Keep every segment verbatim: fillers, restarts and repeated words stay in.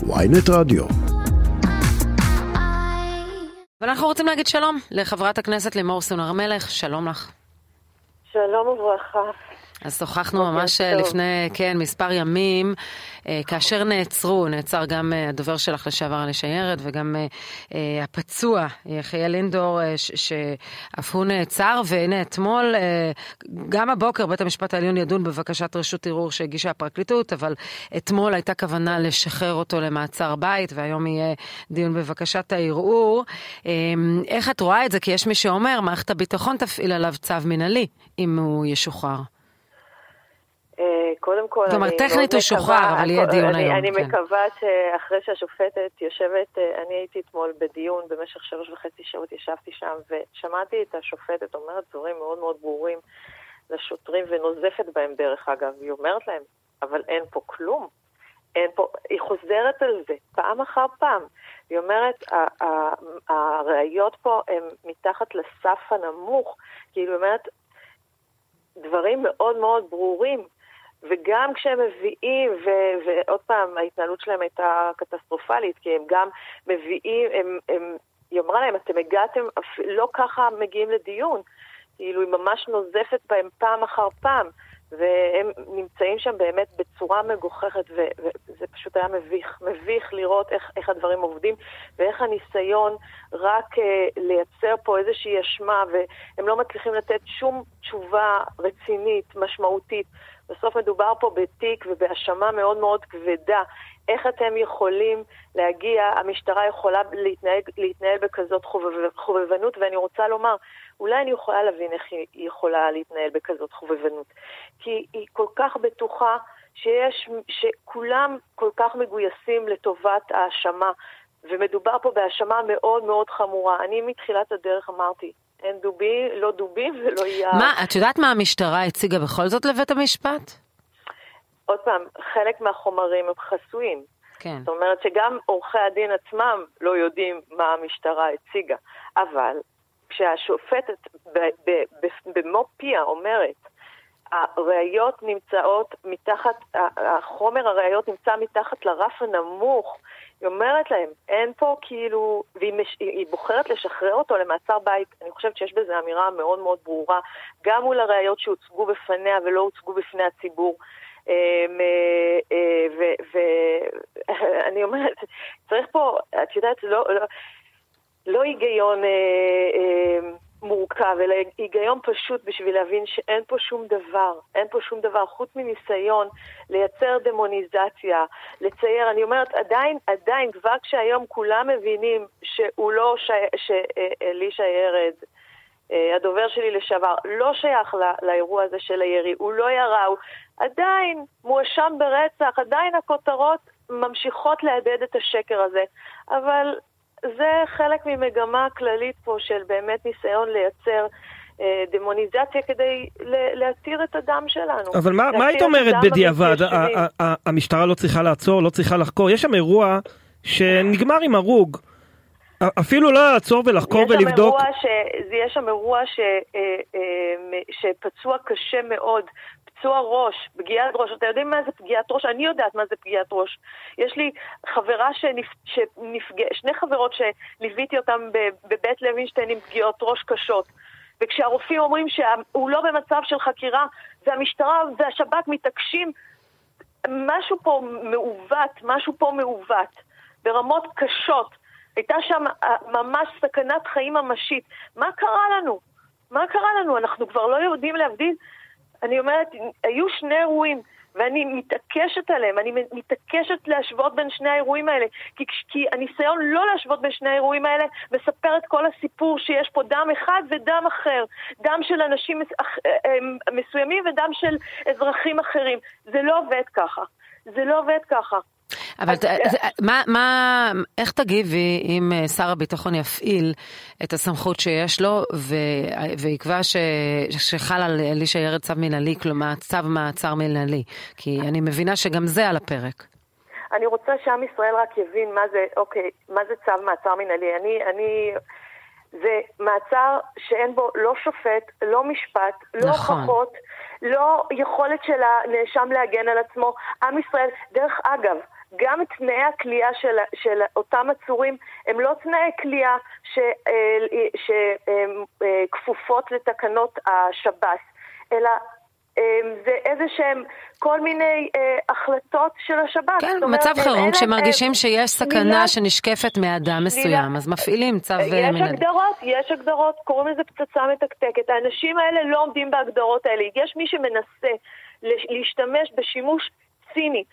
וויינט רדיו. ואנחנו רוצים להגיד שלום לחברת הכנסת לימור סון הר מלך. שלום לך. שלום וברכה. אז שוחחנו ממש לפני, כן, מספר ימים, כאשר נעצרו, נעצר גם הדובר שלך לשעבר אלי שיירת, וגם הפצוע, יחיאל לינדור, שאף הוא נעצר, והנה אתמול, גם הבוקר בית המשפט העליון ידון בבקשת רשות ערעור שהגישה הפרקליטות, אבל אתמול הייתה כוונה לשחרר אותו למעצר בית, והיום יהיה דיון בבקשת הערעור. איך את רואה את זה? כי יש מי שאומר, מערכת הביטחון תפעיל עליו צו מנהלי, אם הוא ישוחרר. קודם כל, זאת אומרת, טכנית הוא שוחרר, אבל יהיה דיון היום. אני מקווה שאחרי שהשופטת יושבת, אני הייתי אתמול בדיון במשך שלוש וחצי שעות, ישבתי שם ושמעתי את השופטת אומרת דברים מאוד מאוד ברורים לשוטרים ונוזפת בהם דרך אגב. היא אומרת להם, אבל אין פה כלום. אין פה, היא חוזרת על זה פעם אחר פעם. היא אומרת, הראיות פה הן מתחת לסף הנמוך. כאילו היא אומרת, דברים מאוד מאוד ברורים. וגם כשהם מביאים, ו- ועוד פעם, ההתנהלות שלהם הייתה קטסטרופלית, כי הם גם מביאים, הם, הם, היא אמרה להם, אתם הגעתם, לא ככה מגיעים לדיון, כאילו היא ממש נוזפת בהם פעם אחר פעם, והם נמצאים שם באמת בצורה מגוחכת, ו- וזה פשוט היה מביך, מביך לראות איך, איך הדברים עובדים, ואיך הניסיון רק uh, לייצר פה איזושהי אשמה, והם לא מצליחים לתת שום תשובה רצינית, משמעותית. בסוף מדובר פה בתיק ובהאשמה מאוד מאוד כבדה. איך אתם יכולים להגיע, המשטרה יכולה להתנהל, להתנהל בכזאת חובב, חובבנות, ואני רוצה לומר, אולי אני יכולה להבין איך היא יכולה להתנהל בכזאת חובבנות. כי היא כל כך בטוחה שיש, שכולם כל כך מגויסים לטובת האשמה, ומדובר פה בהאשמה מאוד מאוד חמורה. אני מתחילת הדרך אמרתי, אין דובי, לא דובי ולא יער. מה, את יודעת מה המשטרה הציגה בכל זאת לבית המשפט? עוד פעם, חלק מהחומרים הם חסויים. כן. זאת אומרת שגם עורכי הדין עצמם לא יודעים מה המשטרה הציגה. אבל כשהשופטת במו פיה אומרת, הראיות נמצאות מתחת, החומר הראיות נמצא מתחת לרף הנמוך, היא אומרת להם, אין פה כאילו, והיא מש, היא בוחרת לשחרר אותו למעצר בית. אני חושבת שיש בזה אמירה מאוד מאוד ברורה, גם מול הראיות שהוצגו בפניה ולא הוצגו בפני הציבור. ואני אומרת, צריך פה, את יודעת, לא, לא, לא היגיון מורכב, אלא היגיון פשוט בשביל להבין שאין פה שום דבר, אין פה שום דבר, חוץ מניסיון לייצר דמוניזציה, לצייר. אני אומרת, עדיין, עדיין, כבר כשהיום כולם מבינים שהוא לא, שאלי שיירד, הדובר שלי לשעבר, לא שייך לא, לאירוע הזה של הירי, הוא לא ירה, הוא עדיין מואשם ברצח, עדיין הכותרות ממשיכות להדהד את השקר הזה, אבל זה חלק ממגמה כללית פה של באמת ניסיון לייצר אה, דמוניזציה כדי להתיר את הדם שלנו. אבל מה, מה היית אומרת בדיעבד? המשטרה לא צריכה לעצור, לא צריכה לחקור? יש שם אירוע שנגמר עם הרוג. אפילו לא לעצור ולחקור ולבדוק. יש שם אירוע ש, אה, אה, שפצוע קשה מאוד, פצוע ראש, פגיעת ראש. אתם יודעים מה זה פגיעת ראש? אני יודעת מה זה פגיעת ראש. יש לי חברה שנפ... שנפגע, שני חברות שליוויתי אותם בבית לוינשטיין עם פגיעות ראש קשות. וכשהרופאים אומרים שהוא לא במצב של חקירה, והמשטרה והשב"כ מתעקשים, משהו פה מעוות, משהו פה מעוות, ברמות קשות. הייתה שם ממש סכנת חיים ממשית. מה קרה לנו? מה קרה לנו? אנחנו כבר לא יודעים להבדיל. אני אומרת, היו שני אירועים, ואני מתעקשת עליהם, אני מתעקשת להשוות בין שני האירועים האלה, כי, כי הניסיון לא להשוות בין שני האירועים האלה, מספר את כל הסיפור שיש פה דם אחד ודם אחר, דם של אנשים מסוימים ודם של אזרחים אחרים. זה לא עובד ככה. זה לא עובד ככה. אבל מה, מה, איך תגיבי אם שר הביטחון יפעיל את הסמכות שיש לו ויקבע שחל על אלי שיירת צו מנהלי, כלומר צו מעצר מנהלי? כי אני מבינה שגם זה על הפרק. אני רוצה שעם ישראל רק יבין מה זה, אוקיי, מה זה צו מעצר מנהלי. אני, אני, זה מעצר שאין בו לא שופט, לא משפט, לא הוכחות, לא יכולת של הנאשם להגן על עצמו. עם ישראל, דרך אגב, גם תנאי הכלייה של, של אותם עצורים הם לא תנאי כלייה שכפופות לתקנות השב"ס, אלא זה איזה שהם כל מיני אה, החלטות של השב"כ. כן, מצב חירום, כשמרגישים אה, שיש סכנה מילה, שנשקפת מאדם מסוים, מילה, אז מפעילים צו יש מנהלי. יש הגדרות, יש הגדרות, קוראים לזה פצצה מתקתקת. האנשים האלה לא עומדים בהגדרות האלה. יש מי שמנסה להשתמש בשימוש ציני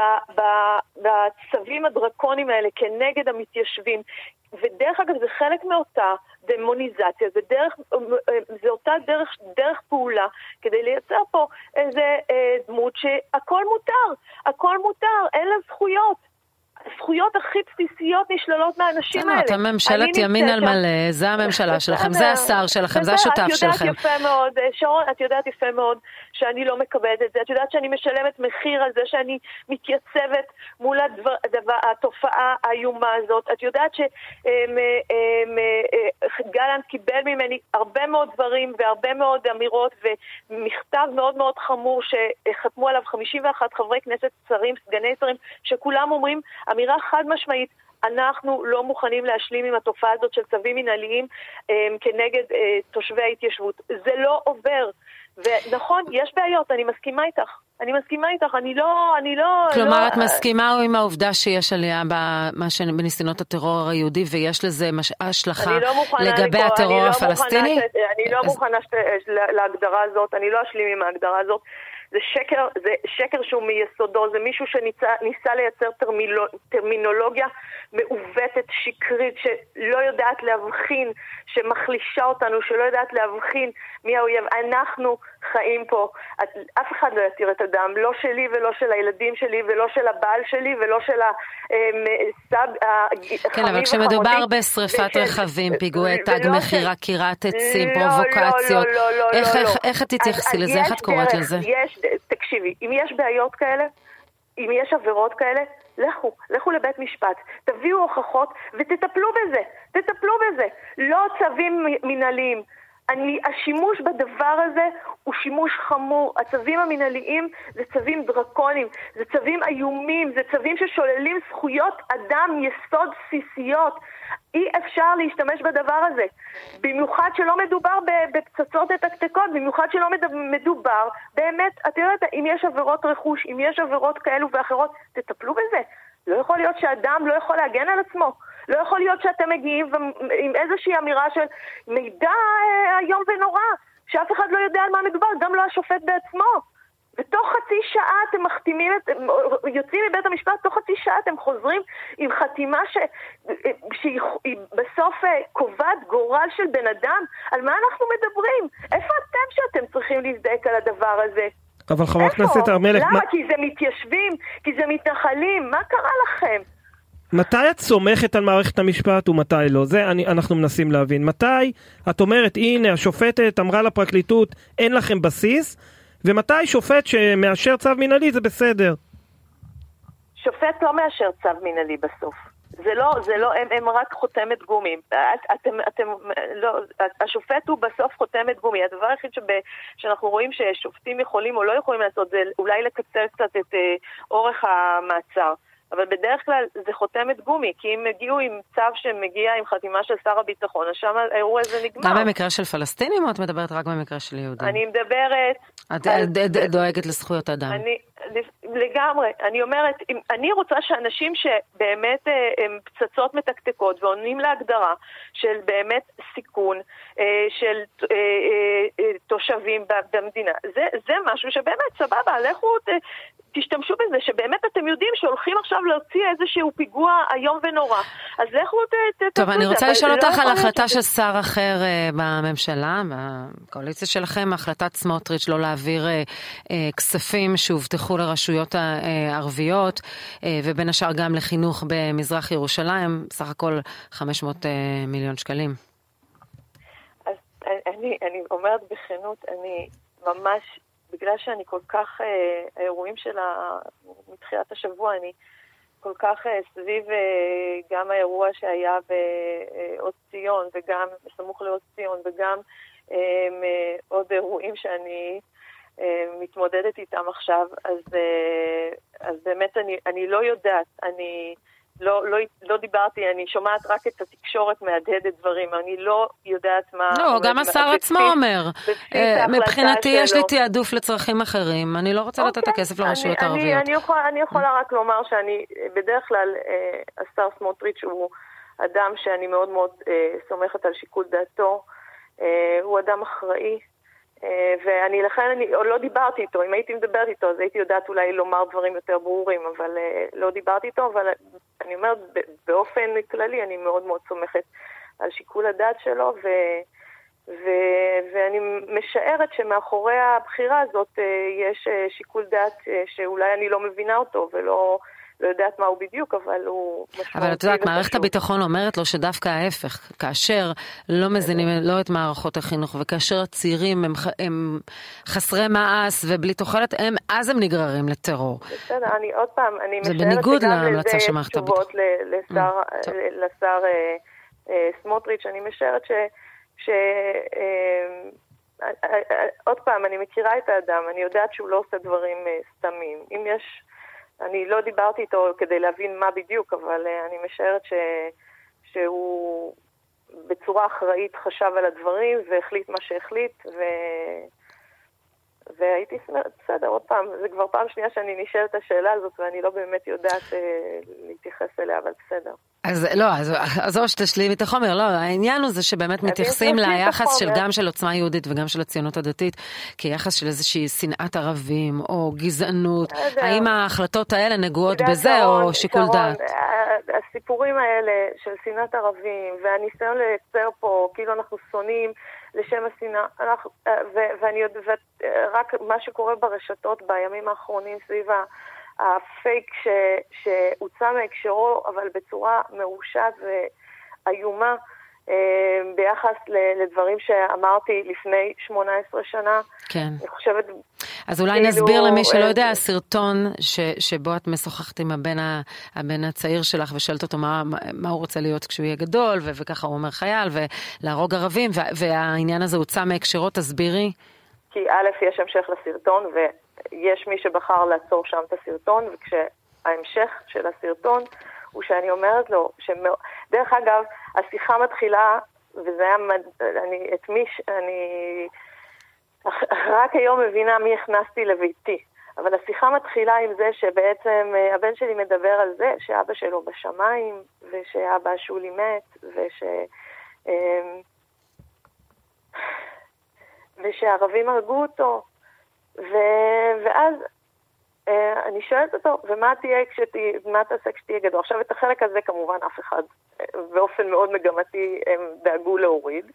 בצווים הדרקונים האלה כנגד המתיישבים, ודרך אגב זה חלק מאותה דמוניזציה, זה, דרך, זה אותה דרך, דרך פעולה כדי לייצר פה איזה אה, דמות שהכל מותר, הכל מותר, אין לה זכויות. הזכויות הכי בסיסיות נשללות מהאנשים האלה. אתם ממשלת ימין על מלא, זה הממשלה שלכם, זה השר שלכם, זה השותף שלכם. את יודעת יפה מאוד, שרון, את יודעת יפה מאוד שאני לא מקבלת את זה, את יודעת שאני משלמת מחיר על זה שאני מתייצבת מול התופעה האיומה הזאת, את יודעת שגלנט קיבל ממני הרבה מאוד דברים והרבה מאוד אמירות ומכתב מאוד מאוד חמור שחתמו עליו חמישים ואחד חברי כנסת, שרים, סגני שרים, שכולם אומרים אמירה חד משמעית, אנחנו לא מוכנים להשלים עם התופעה הזאת של צווים מנהליים אה, כנגד אה, תושבי ההתיישבות. זה לא עובר. ונכון, יש בעיות, אני מסכימה איתך. אני מסכימה איתך, אני לא... אני לא כלומר, לא, את מסכימה או עם העובדה שיש עליה בניסיונות הטרור היהודי, ויש לזה מש... השלכה לא לגבי לקרוא, הטרור אני הפלסטיני? לא מוכנה, אני לא אז... מוכנה שת... להגדרה הזאת, אני לא אשלים עם ההגדרה הזאת. זה שקר, זה שקר שהוא מיסודו, זה מישהו שניסה לייצר טרמילו, טרמינולוגיה מעוותת, שקרית, שלא יודעת להבחין, שמחלישה אותנו, שלא יודעת להבחין מי האויב. אנחנו חיים פה, אף אחד לא יתיר את הדם, לא שלי ולא של הילדים שלי ולא של הבעל שלי ולא של הסב... כן, אבל כשמדובר בשריפת רכבים, פיגועי תג מחיר, קירת עצים, פרובוקציות, איך את תתייחסי לזה? איך את קוראת לזה? יש, תקשיבי, אם יש בעיות כאלה, אם יש עבירות כאלה, לכו, לכו לבית משפט, תביאו הוכחות ותטפלו בזה, תטפלו בזה. לא צווים מנהליים. אני, השימוש בדבר הזה הוא שימוש חמור. הצווים המנהליים זה צווים דרקונים, זה צווים איומים, זה צווים ששוללים זכויות אדם, יסוד בסיסיות. אי אפשר להשתמש בדבר הזה. במיוחד שלא מדובר בפצצות מתקתקות, במיוחד שלא מדובר, באמת, את יודעת, אם יש עבירות רכוש, אם יש עבירות כאלו ואחרות, תטפלו בזה. לא יכול להיות שאדם לא יכול להגן על עצמו. לא יכול להיות שאתם מגיעים עם איזושהי אמירה של מידע היום ונורא, שאף אחד לא יודע על מה מדובר, גם לא השופט בעצמו. ותוך חצי שעה אתם מחתימים, יוצאים מבית המשפט, תוך חצי שעה אתם חוזרים עם חתימה ש... שהיא בסוף קובעת גורל של בן אדם. על מה אנחנו מדברים? איפה אתם שאתם צריכים להזדעק על הדבר הזה? אבל חברת הכנסת המלך... למה? מה... כי זה מתיישבים, כי זה מתנחלים, מה קרה לכם? מתי את סומכת על מערכת המשפט ומתי לא? זה אני, אנחנו מנסים להבין. מתי את אומרת, הנה, השופטת אמרה לפרקליטות, אין לכם בסיס, ומתי שופט שמאשר צו מנהלי זה בסדר? שופט לא מאשר צו מנהלי בסוף. זה לא, זה לא, הם, הם רק חותמת גומי. את, אתם, אתם, לא, השופט הוא בסוף חותמת גומי. הדבר היחיד שב, שאנחנו רואים ששופטים יכולים או לא יכולים לעשות, זה אולי לקצר קצת את אה, אורך המעצר. אבל בדרך כלל זה חותמת גומי, כי אם הגיעו עם צו שמגיע עם חתימה של שר הביטחון, אז שם האירוע הזה נגמר. גם במקרה של פלסטינים או את מדברת רק במקרה של יהודים? אני מדברת... את דואגת לזכויות אדם. אני... לגמרי, אני אומרת, אני רוצה שאנשים שבאמת הם פצצות מתקתקות ועונים להגדרה של באמת סיכון של תושבים במדינה, זה, זה משהו שבאמת סבבה, לכו תשתמשו בזה, שבאמת אתם יודעים שהולכים עכשיו להוציא איזשהו פיגוע היום ונורא, אז לכו תתעשו. טוב, אני רוצה לשאול אותך על החלטה של שר אחר בממשלה, בקואליציה שלכם, החלטת סמוטריץ' לא להעביר כספים שהובטחו לרשויות הערביות, ובין השאר גם לחינוך במזרח ירושלים, סך הכל חמש מאות מיליון שקלים. אז אני, אני אומרת בכנות, אני ממש, בגלל שאני כל כך, האירועים של מתחילת השבוע, אני כל כך סביב גם האירוע שהיה בעוד ציון, וגם בסמוך לעוד ציון, וגם עוד אירועים שאני מתמודדת איתם עכשיו, אז, אז באמת אני, אני לא יודעת, אני לא, לא, לא דיברתי, אני שומעת רק את התקשורת מהדהדת דברים, אני לא יודעת מה... לא, גם השר עצמו אומר, מבחינתי יש לי תיעדוף לצרכים אחרים, אני לא רוצה לתת את הכסף לרשויות הערביות. אני, יכול, אני יכולה רק לומר שאני, בדרך כלל, השר סמוטריץ' הוא אדם שאני מאוד מאוד סומכת על שיקול דעתו, הוא אדם אחראי, ואני לכן, אני לא דיברתי איתו, אם הייתי מדברת איתו, אז הייתי יודעת אולי לומר דברים יותר ברורים, אבל לא דיברתי איתו, אבל אני אומרת, באופן כללי, אני מאוד מאוד סומכת על שיקול הדעת שלו, ו, ו, ואני משערת שמאחורי הבחירה הזאת יש שיקול דעת שאולי אני לא מבינה אותו, ולא... לא יודעת מה הוא בדיוק, אבל הוא... אבל את יודעת, מערכת הביטחון אומרת לו שדווקא ההפך, כאשר לא מזינים לא את מערכות החינוך, וכאשר הצעירים הם, הם חסרי מעש ובלי תוחלת, הם, אז הם נגררים לטרור. בסדר, אני עוד פעם, אני משערת שגם לזה יש תשובות לשר, לשר סמוטריץ', אני משערת ש... ש עוד פעם, אני מכירה את האדם, אני יודעת שהוא לא עושה דברים סתמים. אם יש... אני לא דיברתי איתו כדי להבין מה בדיוק, אבל אני משערת ש... שהוא בצורה אחראית חשב על הדברים והחליט מה שהחליט, ו... והייתי בסדר, עוד פעם, זה כבר פעם שנייה שאני נשאלת את השאלה הזאת, ואני לא באמת יודעת להתייחס אליה, אבל בסדר. אז לא, אז, אז או שתשלים את החומר, לא, העניין הוא זה שבאמת מתייחסים ליחס של גם של עוצמה יהודית וגם של הציונות הדתית, כיחס של איזושהי שנאת ערבים או גזענות, האם ההחלטות האלה נגועות בזה או שיקול דעת? הסיפורים האלה של שנאת ערבים והניסיון לייצר פה, כאילו אנחנו שונאים לשם השנאה, ואני יודעת, רק מה שקורה ברשתות בימים האחרונים סביב הפייק ש, שהוצא מהקשרו, אבל בצורה מרושעת ואיומה, ביחס לדברים שאמרתי לפני שמונה עשרה שנה. כן. אני חושבת... אז אולי כאילו, נסביר למי שלא יודע, הסרטון ש, שבו את משוחחת עם הבן, ה, הבן הצעיר שלך ושאלת אותו מה, מה הוא רוצה להיות כשהוא יהיה גדול, ו, וככה הוא אומר חייל, ולהרוג ערבים, וה, והעניין הזה הוצא מהקשרו, תסבירי. כי א', יש המשך לסרטון, ויש מי שבחר לעצור שם את הסרטון, וכשההמשך של הסרטון הוא שאני אומרת לו, שמא... דרך אגב, השיחה מתחילה, וזה היה, מד... אני, את מי, ש... אני רק היום מבינה מי הכנסתי לביתי, אבל השיחה מתחילה עם זה שבעצם הבן שלי מדבר על זה שאבא שלו בשמיים, ושאבא שולי מת, וש... ושהערבים הרגו אותו, ו... ואז אני שואלת אותו, ומה תהיה כשתהיה, מה תעשה כשתהיה גדול? עכשיו את החלק הזה כמובן אף אחד, באופן מאוד מגמתי הם דאגו להוריד,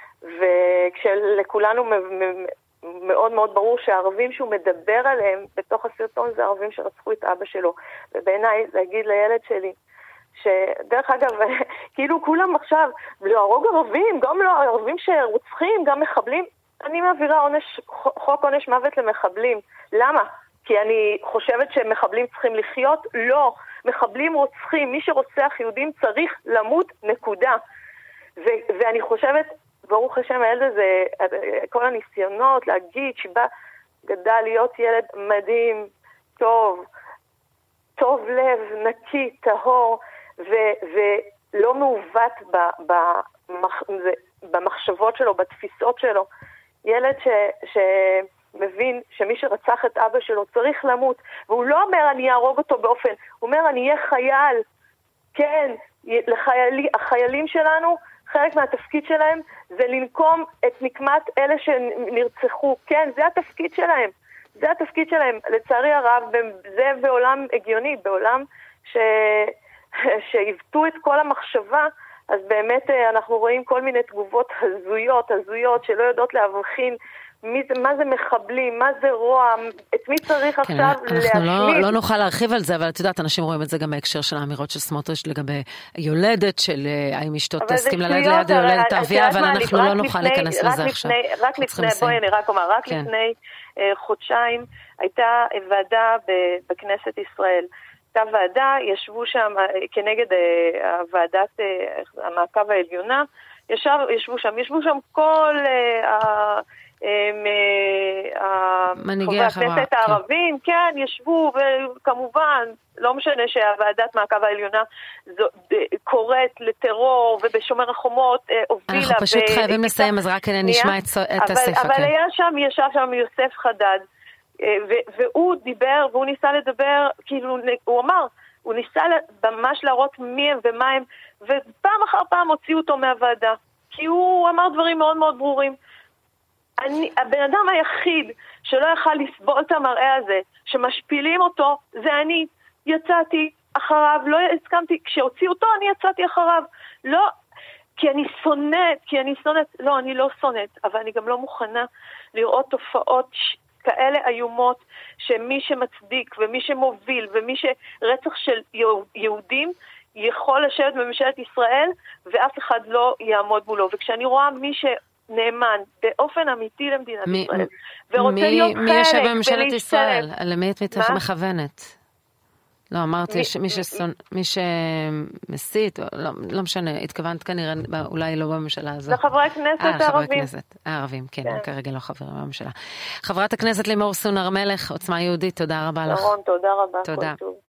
וכשלכולנו מאוד מאוד ברור שהערבים שהוא מדבר עליהם בתוך הסרטון זה הערבים שרצחו את אבא שלו, ובעיניי להגיד לילד שלי, שדרך אגב, כאילו כולם עכשיו, להרוג ערבים, גם לא ערבים שרוצחים, גם מחבלים, אני מעבירה עונש, חוק עונש מוות למחבלים. למה? כי אני חושבת שמחבלים צריכים לחיות? לא. מחבלים רוצחים. מי שרוצח יהודים צריך למות, נקודה. ו- ואני חושבת, ברוך השם, הילד הזה, כל הניסיונות להגיד שבא גדל להיות ילד מדהים, טוב, טוב לב, נקי, טהור, ו- ולא מעוות ב- במח- במחשבות שלו, בתפיסות שלו. ילד ש- שמבין שמי שרצח את אבא שלו צריך למות, והוא לא אומר אני אהרוג אותו באופן, הוא אומר אני אהיה חייל. כן, לחיילי, החיילים שלנו, חלק מהתפקיד שלהם זה לנקום את נקמת אלה שנרצחו. כן, זה התפקיד שלהם. זה התפקיד שלהם. לצערי הרב, זה בעולם הגיוני, בעולם ש... שהיוותו את כל המחשבה, אז באמת אנחנו רואים כל מיני תגובות הזויות, הזויות, שלא יודעות להבחין מי זה, מה זה מחבלים, מה זה רוע, את מי צריך כן, עכשיו להשמיד. אנחנו לא, לא נוכל להרחיב על זה, אבל את יודעת, אנשים רואים את זה גם בהקשר של האמירות של סמוטריץ' לגבי יולדת, של האם אשתו תסכים ללדת ליד היולדת הערבייה, אבל אנחנו לא נוכל להיכנס לזה עכשיו. רק לפני, בואי אני רק אומר, רק כן. לפני uh, חודשיים הייתה ועדה בכנסת ישראל, הייתה ועדה, ישבו שם כנגד uh, הוועדת uh, המעקב העליונה, ישב, ישבו שם, ישבו שם כל uh, מנהיגי החברה הכנסת הערבים, כן, ישבו, וכמובן, לא משנה שהוועדת מעקב העליונה קוראת לטרור, ובשומר החומות הובילה. אנחנו פשוט חייבים לסיים, אז רק נשמע את הספר. אבל היה שם, ישב שם יוסף חדד, והוא דיבר, והוא ניסה לדבר, כאילו, הוא אמר, הוא ניסה ממש להראות מי הם ומה הם, ופעם אחר פעם הוציאו אותו מהוועדה, כי הוא אמר דברים מאוד מאוד ברורים. אני, הבן אדם היחיד שלא יכל לסבול את המראה הזה, שמשפילים אותו, זה אני. יצאתי אחריו, לא הסכמתי, כשהוציאו אותו אני יצאתי אחריו. לא, כי אני שונאת, כי אני שונאת, לא, אני לא שונאת, אבל אני גם לא מוכנה לראות תופעות כאלה איומות, שמי שמצדיק ומי שמוביל ומי שרצח של יהודים, יכול לשבת בממשלת ישראל, ואף אחד לא יעמוד מולו. וכשאני רואה מי ש... נאמן, באופן אמיתי למדינת מי, ישראל, ורוצה מי, להיות מי חלק, יושב בממשלת ישראל? ולהשתלב. למי את מתך מכוונת? לא, אמרתי מי, שמי שסונ... מי שמסית, לא, לא משנה, התכוונת כנראה, אולי לא בממשלה הזאת. לחברי הכנסת הערבים. חברי הכנסת, הערבים, כן, כן. כרגע לא חברים בממשלה. חברת הכנסת לימור סון הר מלך, עוצמה יהודית, תודה רבה לך. נכון, תודה רבה. תודה.